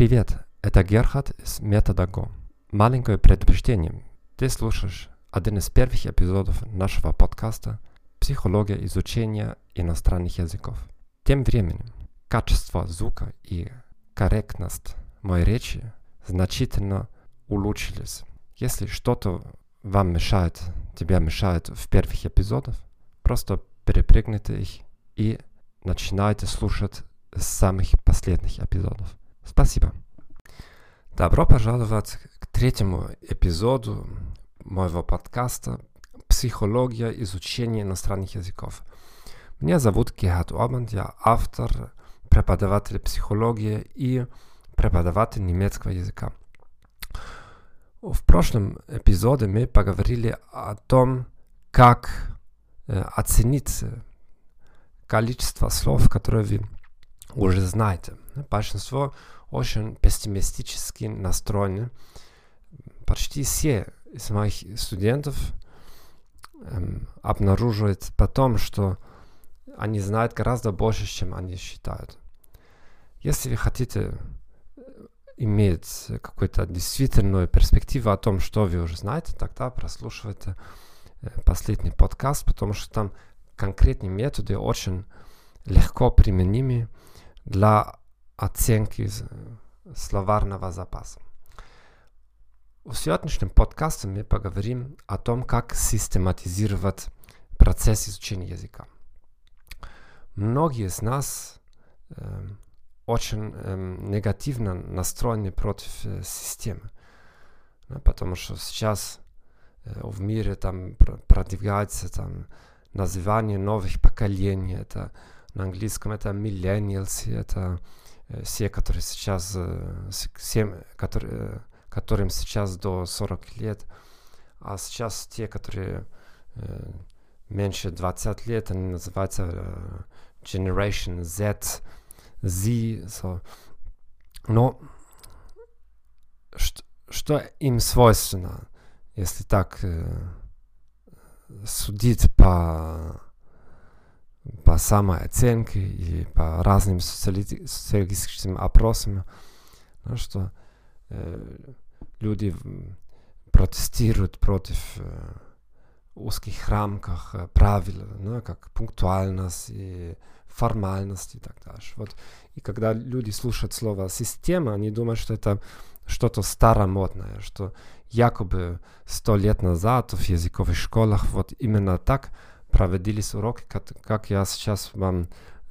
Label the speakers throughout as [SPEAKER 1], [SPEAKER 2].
[SPEAKER 1] Привет, это Герхард из метода Go. Маленькое предупреждение. Ты слушаешь один из первых эпизодов нашего подкаста «Психология изучения иностранных языков». Тем временем, качество звука и корректность моей речи значительно улучшились. Если что-то вам мешает, тебе мешает в первых эпизодах, просто перепрыгните их и начинайте слушать с самых последних эпизодов. Спасибо. Добро пожаловать к третьему эпизоду моего подкаста «Психология изучения иностранных языков». Меня зовут Герхард Орбан, я автор, преподаватель психологии и преподаватель немецкого языка. В прошлом эпизоде мы поговорили о том, как оценить количество слов, которые вы уже знаете. Большинство очень пессимистически настроены. Почти все из моих студентов обнаруживают потом, что они знают гораздо больше, чем они считают. Если вы хотите иметь какую-то действительную перспективу о том, что вы уже знаете, тогда прослушивайте последний подкаст, потому что там конкретные методы очень легко применимы для оценки словарного запаса. В сегодняшнем подкасте мы поговорим о том, как систематизировать процесс изучения языка. Многие из нас очень негативно настроены против системы, потому что сейчас в мире там продвигается там называние новых поколений. Это на английском это millennials, это все, которые сейчас, которым сейчас до 40 лет, а сейчас те, которые меньше 20 лет, они называются Generation Z, Z. Но что им свойственно, если так судить по самооценке и по разным социологическим опросам, что люди протестируют против узких рамках правил, как пунктуальность и формальность и так дальше. И когда люди слушают слово «система», они думают, что это что-то старомодное, что якобы 100 лет назад в языковых школах именно так проводились уроки, как я сейчас вам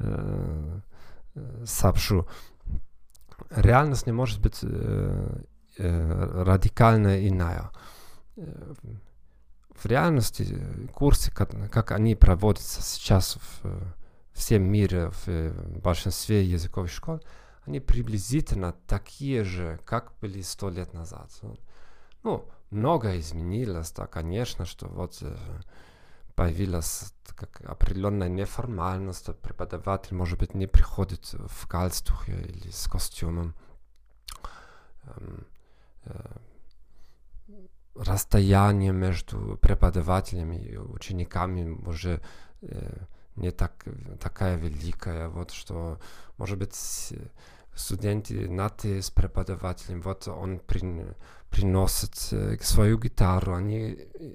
[SPEAKER 1] сообщу. Реальность не может быть радикально иная. В реальности курсы, как они проводятся сейчас в всем мире, в большинстве языковых школ, они приблизительно такие же, как были 100 лет назад. Многое изменилось, да, конечно, что появилась определенная неформальность, преподаватель, может быть, не приходит в галстухе или с костюмом. Расстояние между преподавателями и учениками уже не такая великая, что, может быть, студенты на «ты» с преподавателем, он приносит свою гитару, они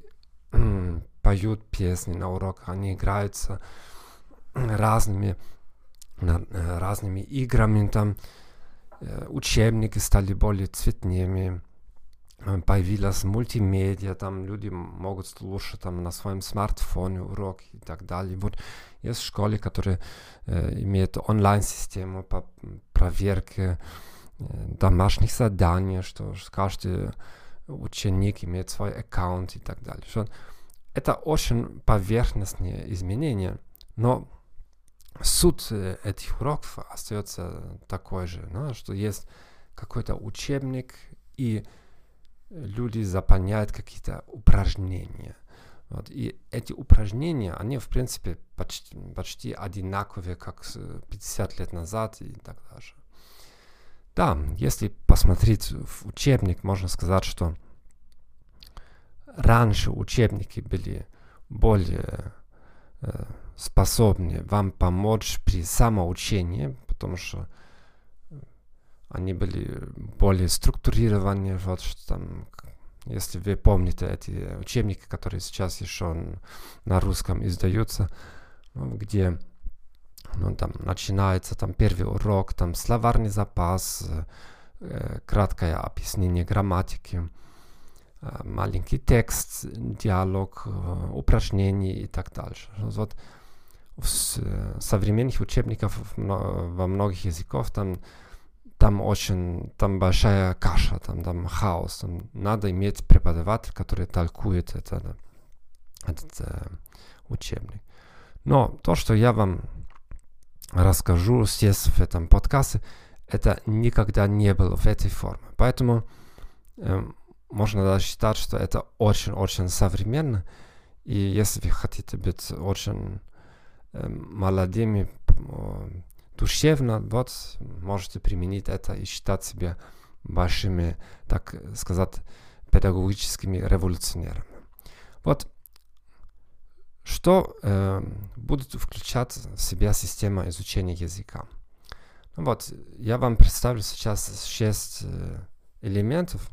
[SPEAKER 1] поют песни на уроках, они играются разными играми, там учебники стали более цветными, появилась мультимедиа, там люди могут слушать на своем смартфоне уроки и так далее. Есть школы, которые имеют онлайн-систему по проверке домашних заданий, что каждый ученик имеет свой аккаунт и так далее. Это очень поверхностные изменения, но суть этих уроков остается такой же, что есть какой-то учебник, и люди заполняют какие-то упражнения. И эти упражнения, они, в принципе, почти одинаковые, как 50 лет назад и так далее. Да, если посмотреть в учебник, можно сказать, что раньше учебники были более способны вам помочь при самоучении, потому что они были более структурированные, вот что там, если вы помните эти учебники, которые сейчас еще на русском издаются, где там начинается там первый урок, там словарный запас, краткое объяснение грамматики, маленький текст, диалог, упражнения и так дальше. Вот в современных учебниках во многих языках там большая каша, там хаос. Там надо иметь преподавателя, который толкует этот учебник. Но то, что я вам расскажу здесь в этом подкасте, это никогда не было в этой форме. Поэтому можно даже считать, что это очень-очень современно. И если вы хотите быть очень молодыми, душевно, вот, можете применить это и считать себя большими, так сказать, педагогическими революционерами. Вот, что будет включать в себя система изучения языка? Вот, я вам представлю сейчас 6 элементов,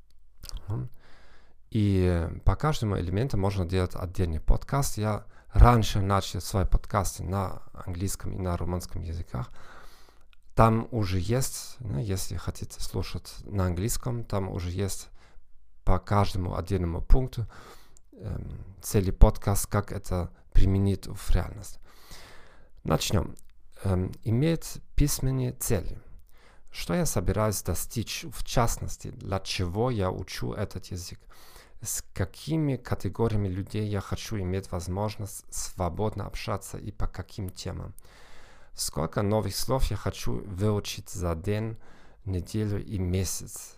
[SPEAKER 1] и по каждому элементу можно делать отдельный подкаст. Я раньше начал свои подкасты на английском и на румынском языках. Там уже есть, если хотите слушать на английском, там уже есть по каждому отдельному пункту целый подкаст, как это применить в реальность. Начнем. Иметь письменные цели. Что я собираюсь достичь, в частности, для чего я учу этот язык? С какими категориями людей я хочу иметь возможность свободно общаться и по каким темам? Сколько новых слов я хочу выучить за день, неделю и месяц?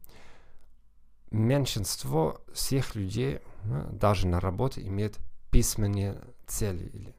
[SPEAKER 1] Меньшинство всех людей, даже на работе, имеет письменные цели.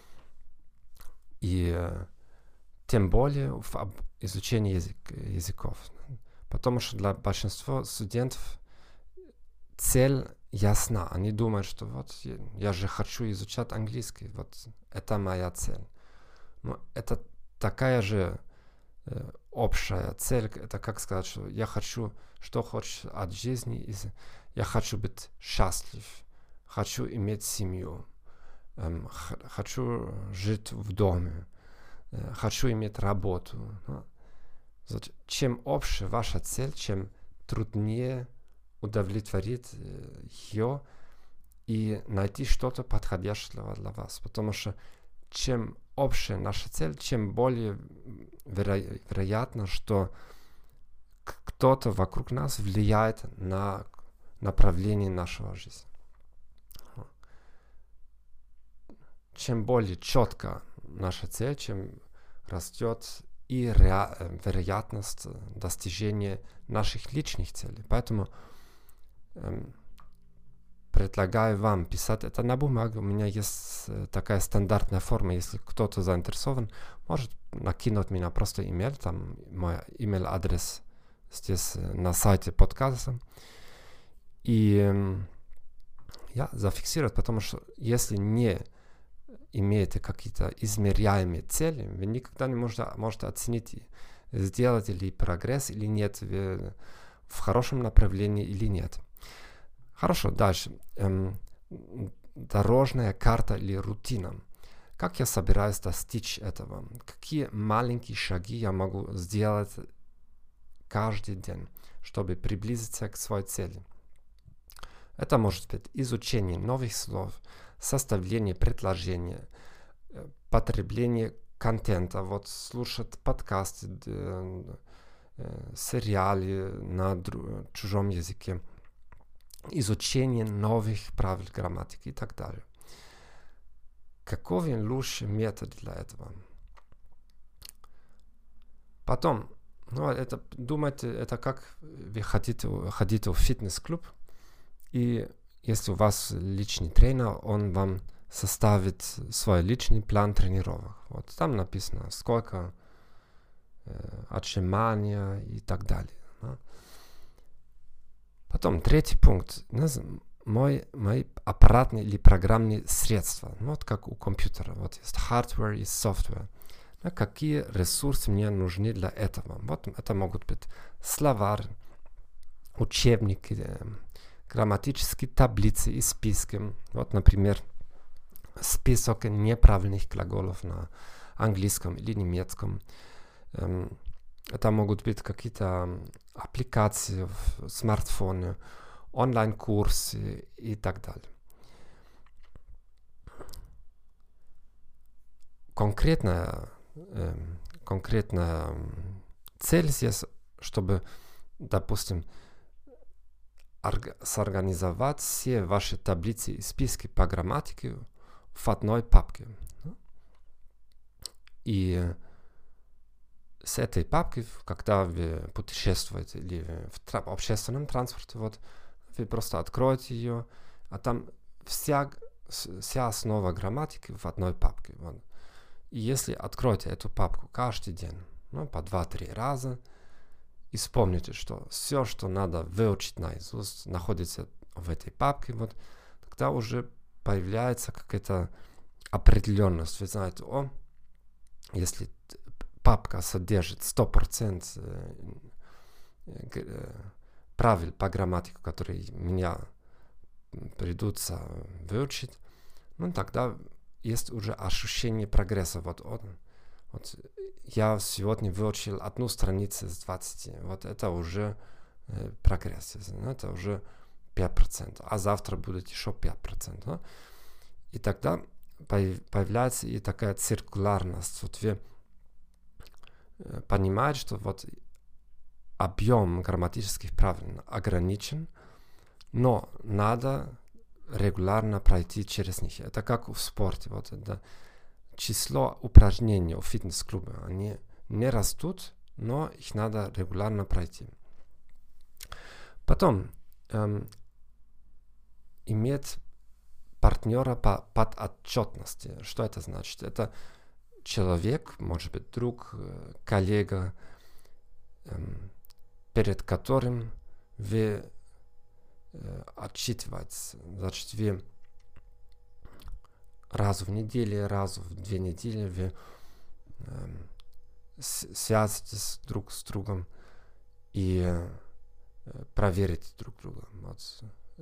[SPEAKER 1] И тем более в изучении языков. Потому что для большинства студентов цель ясна. Они думают, что вот я же хочу изучать английский. Вот это моя цель. Но это такая же общая цель. Это как сказать, что я хочу, что хочешь от жизни. Я хочу быть счастлив. Хочу иметь семью. Хочу жить в доме. Хочу иметь работу. Чем общая ваша цель, чем труднее удовлетворить ее и найти что-то подходящее для вас. Потому что чем общая наша цель, чем более вероятно, что кто-то вокруг нас влияет на направление нашего жизни. Чем более четко наша цель, чем растет и вероятность достижения наших личных целей. Поэтому предлагаю вам писать это на бумаге. У меня есть такая стандартная форма. Если кто-то заинтересован, может накинуть меня просто имейл. Там мой имейл-адрес здесь на сайте подкаста. И я зафиксирую, потому что если не имеете какие-то измеряемые цели, вы никогда не можете оценить, сделать ли прогресс или нет, в хорошем направлении или нет. Хорошо, дальше. Дорожная карта или рутина. Как я собираюсь достичь этого? Какие маленькие шаги я могу сделать каждый день, чтобы приблизиться к своей цели? Это может быть изучение новых слов, составление предложения, потребление контента, вот слушать подкасты, сериалы на чужом языке, изучение новых правил грамматики и так далее. Какой лучший метод для этого? Потом, думайте, это как вы хотите ходить в фитнес-клуб, и если у вас личный тренер, он вам составит свой личный план тренировок. Вот там написано, сколько отжимания и так далее. Да. Потом третий пункт. Мои аппаратные или программные средства. Вот как у компьютера. Вот есть hardware и software. какие ресурсы мне нужны для этого. Вот это могут быть словарь, учебники, грамматические таблицы и списки. Вот, например, список неправильных глаголов на английском или немецком. Это могут быть какие-то аппликации в смартфоне, онлайн-курсы и так далее. Конкретная цель здесь, чтобы, допустим, сорганизовать все ваши таблицы и списки по грамматике в одной папке. И с этой папки, когда вы путешествуете или в общественном транспорте, вот, вы просто откроете ее, а там вся основа грамматики в одной папке. Вот. И если откроете эту папку каждый день, по 2-3 раза, и вспомните, что все, что надо выучить наизусть, находится в этой папке, вот, тогда уже появляется какая-то определенность. Вы знаете, если папка содержит 100% правил по грамматике, которые меня придется выучить, тогда есть уже ощущение прогресса. Вот я сегодня выучил одну страницу из 20. Вот это уже прогресс. Это уже 5%. А завтра будет еще 5%. И тогда появляется и такая циркулярность. Вот вы понимаете, что вот объем грамматических правил ограничен, но надо регулярно пройти через них. Это как в спорте. Вот это число упражнений в фитнес-клубе. Они не растут, но их надо регулярно пройти. Потом иметь партнера по подотчетности. Что это значит? Это человек, может быть, друг, коллега, перед которым вы отчитываетесь. Значит, вы раз в неделю, раз в 2 недели вы связываетесь друг с другом и проверите друг друга. Вот.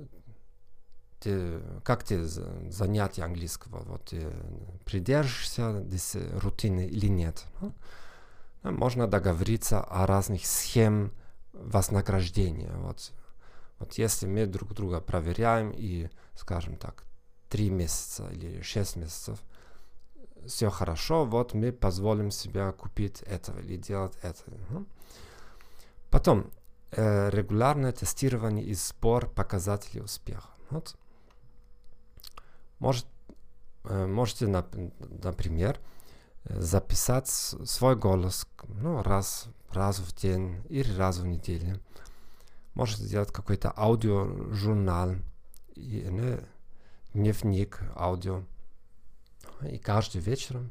[SPEAKER 1] Как тебе занятия английского? Вот ты придержишься рутины или нет? Можно договориться о разных схемах вознаграждения. Вот если мы друг друга проверяем и, скажем так, 3 месяца или 6 месяцев, все хорошо, вот мы позволим себе купить это или делать это. Потом регулярное тестирование и сбор показателей успеха. Вот. Можете, например, записать свой голос раз в день или раз в неделю. Можете сделать какой-то аудиожурнал, дневник аудио. И каждый вечер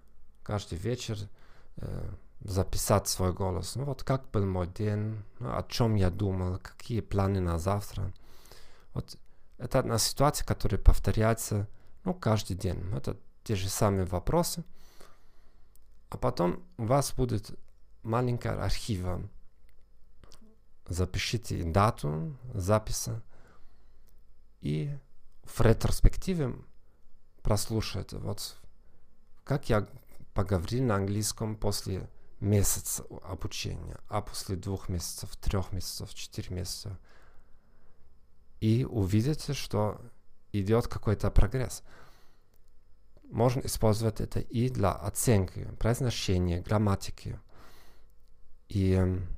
[SPEAKER 1] записать свой голос. Вот как был мой день, о чем я думал, какие планы на завтра. Вот это одна ситуация, которая повторяется каждый день. Это те же самые вопросы. А потом у вас будет маленькая архива. Запишите дату записи и в ретроспективе прослушайте. Вот как я поговорил на английском после месяца обучения, а после 2 месяцев, 3 месяцев, 4 месяца. И увидите, что идет какой-то прогресс. Можно использовать это и для оценки, произношения, грамматики. И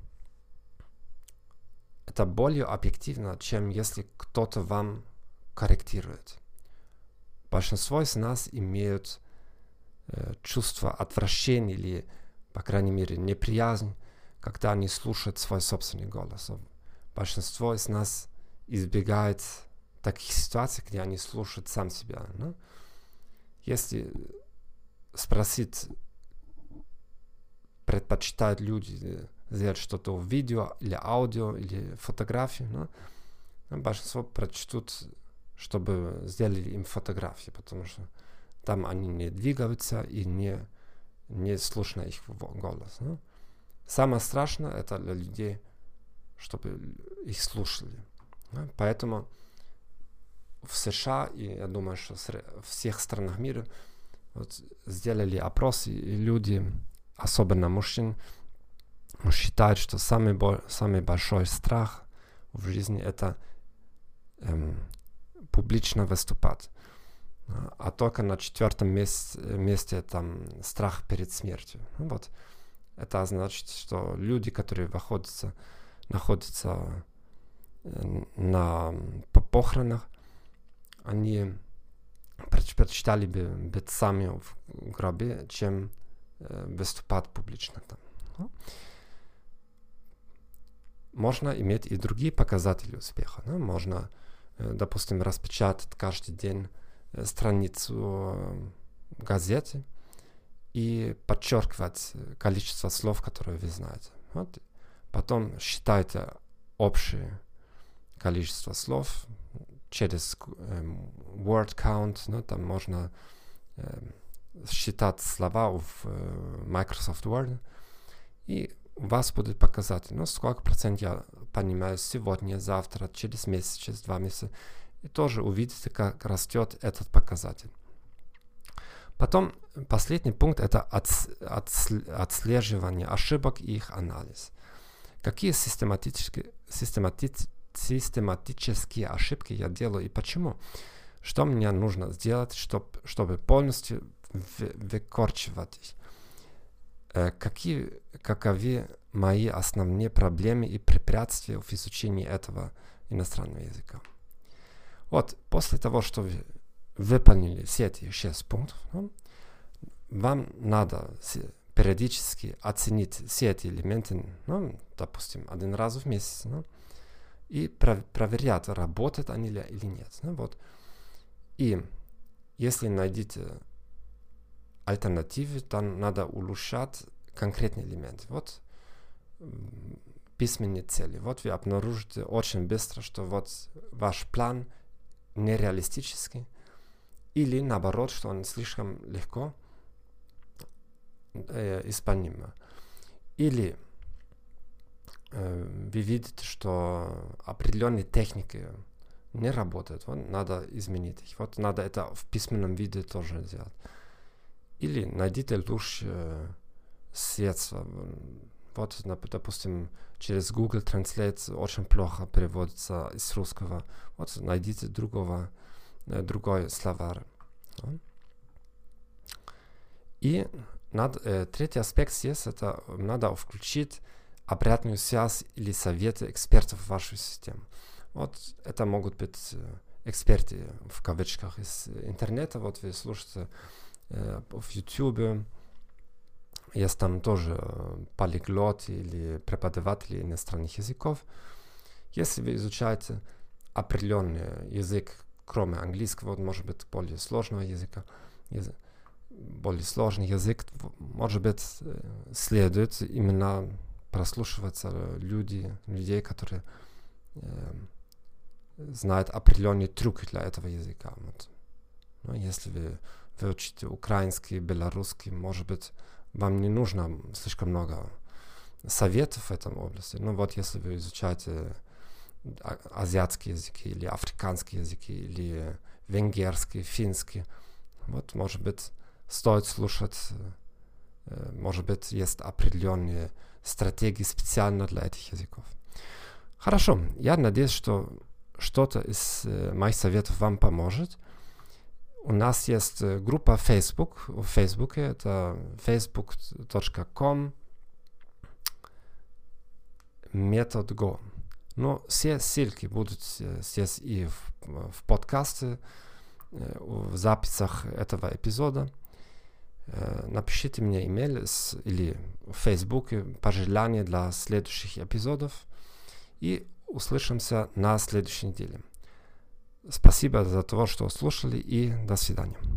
[SPEAKER 1] это более объективно, чем если кто-то вам корректирует. Большинство из нас имеют чувство отвращения или, по крайней мере, неприязнь, когда они слушают свой собственный голос. Большинство из нас избегает таких ситуаций, где они слушают сам себя. Если спросить, предпочитают люди сделать что-то в видео или аудио или фотографии, большинство предпочтут, чтобы сделали им фотографии, потому что там они не двигаются и не не слышно их голос. Да? Самое страшное это для людей, чтобы их слушали. Да? Поэтому в США, и я думаю, что в всех странах мира вот, сделали опрос, и люди, особенно мужчин, считают, что самый большой страх в жизни это публично выступать. А только на 4 месте там страх перед смертью. Ну, вот. Это значит, что люди, которые находятся на похоронах, они предпочитали бы быть сами в гробе, чем выступать публично там. Ну. Можно иметь и другие показатели успеха. Ну, можно, допустим, распечатать каждый день страницу газеты и подчеркивать количество слов, которые вы знаете. Вот. Потом считайте общее количество слов через word count. Ну, там можно считать слова в Microsoft Word, и у вас будет показатель. Ну, сколько процентов я понимаю сегодня, завтра, через месяц, через 2 месяца. И тоже увидите, как растет этот показатель. Потом последний пункт это отслеживание ошибок и их анализ. Какие систематические ошибки я делаю и почему? Что мне нужно сделать, чтобы полностью выкорчевать их? Каковы мои основные проблемы и препятствия в изучении этого иностранного языка? Вот, после того, что вы выполнили все эти 6 пунктов, вам надо периодически оценить все эти элементы, допустим, 1 раз в месяц, и проверять, работают они или нет. Вот. И если найдете альтернативы, то надо улучшать конкретные элементы. Вот письменные цели. Вот вы обнаружите очень быстро, что вот ваш план нереалистический, или наоборот, что он слишком легко исполним. Или вы видите, что определенные техники не работают. Вот надо изменить их. Вот надо это в письменном виде тоже сделать. Или найдите лучшие средства. Вот, допустим, через Google Translate очень плохо переводится из русского. Вот найдите другой словарь. И третий аспект здесь, это надо включить обратную связь или советы экспертов в вашу систему. Вот это могут быть эксперты в кавычках из интернета. Вот вы слушаете в YouTube, есть там тоже полиглоты или преподаватели иностранных языков. Если вы изучаете определенный язык, кроме английского, вот, может быть, более сложного языка, более сложный язык, может быть, следует именно прослушиваться людей, которые знают определенные трюки для этого языка. Вот. Ну, если вы выучите украинский, белорусский, может быть, вам не нужно слишком много советов в этом области. Ну вот, если вы изучаете азиатские языки, или африканские языки, или венгерский, финский, вот, может быть, стоит слушать, может быть, есть определенные стратегии специально для этих языков. Хорошо, я надеюсь, что что-то из моих советов вам поможет. У нас есть группа Facebook. В Facebook это facebook.com metodgo. Но все ссылки будут здесь и в подкасте, в записях этого эпизода. Напишите мне имейл или в Фейсбуке пожелания для следующих эпизодов. И услышимся на следующей неделе. Спасибо за то, что слушали, и до свидания.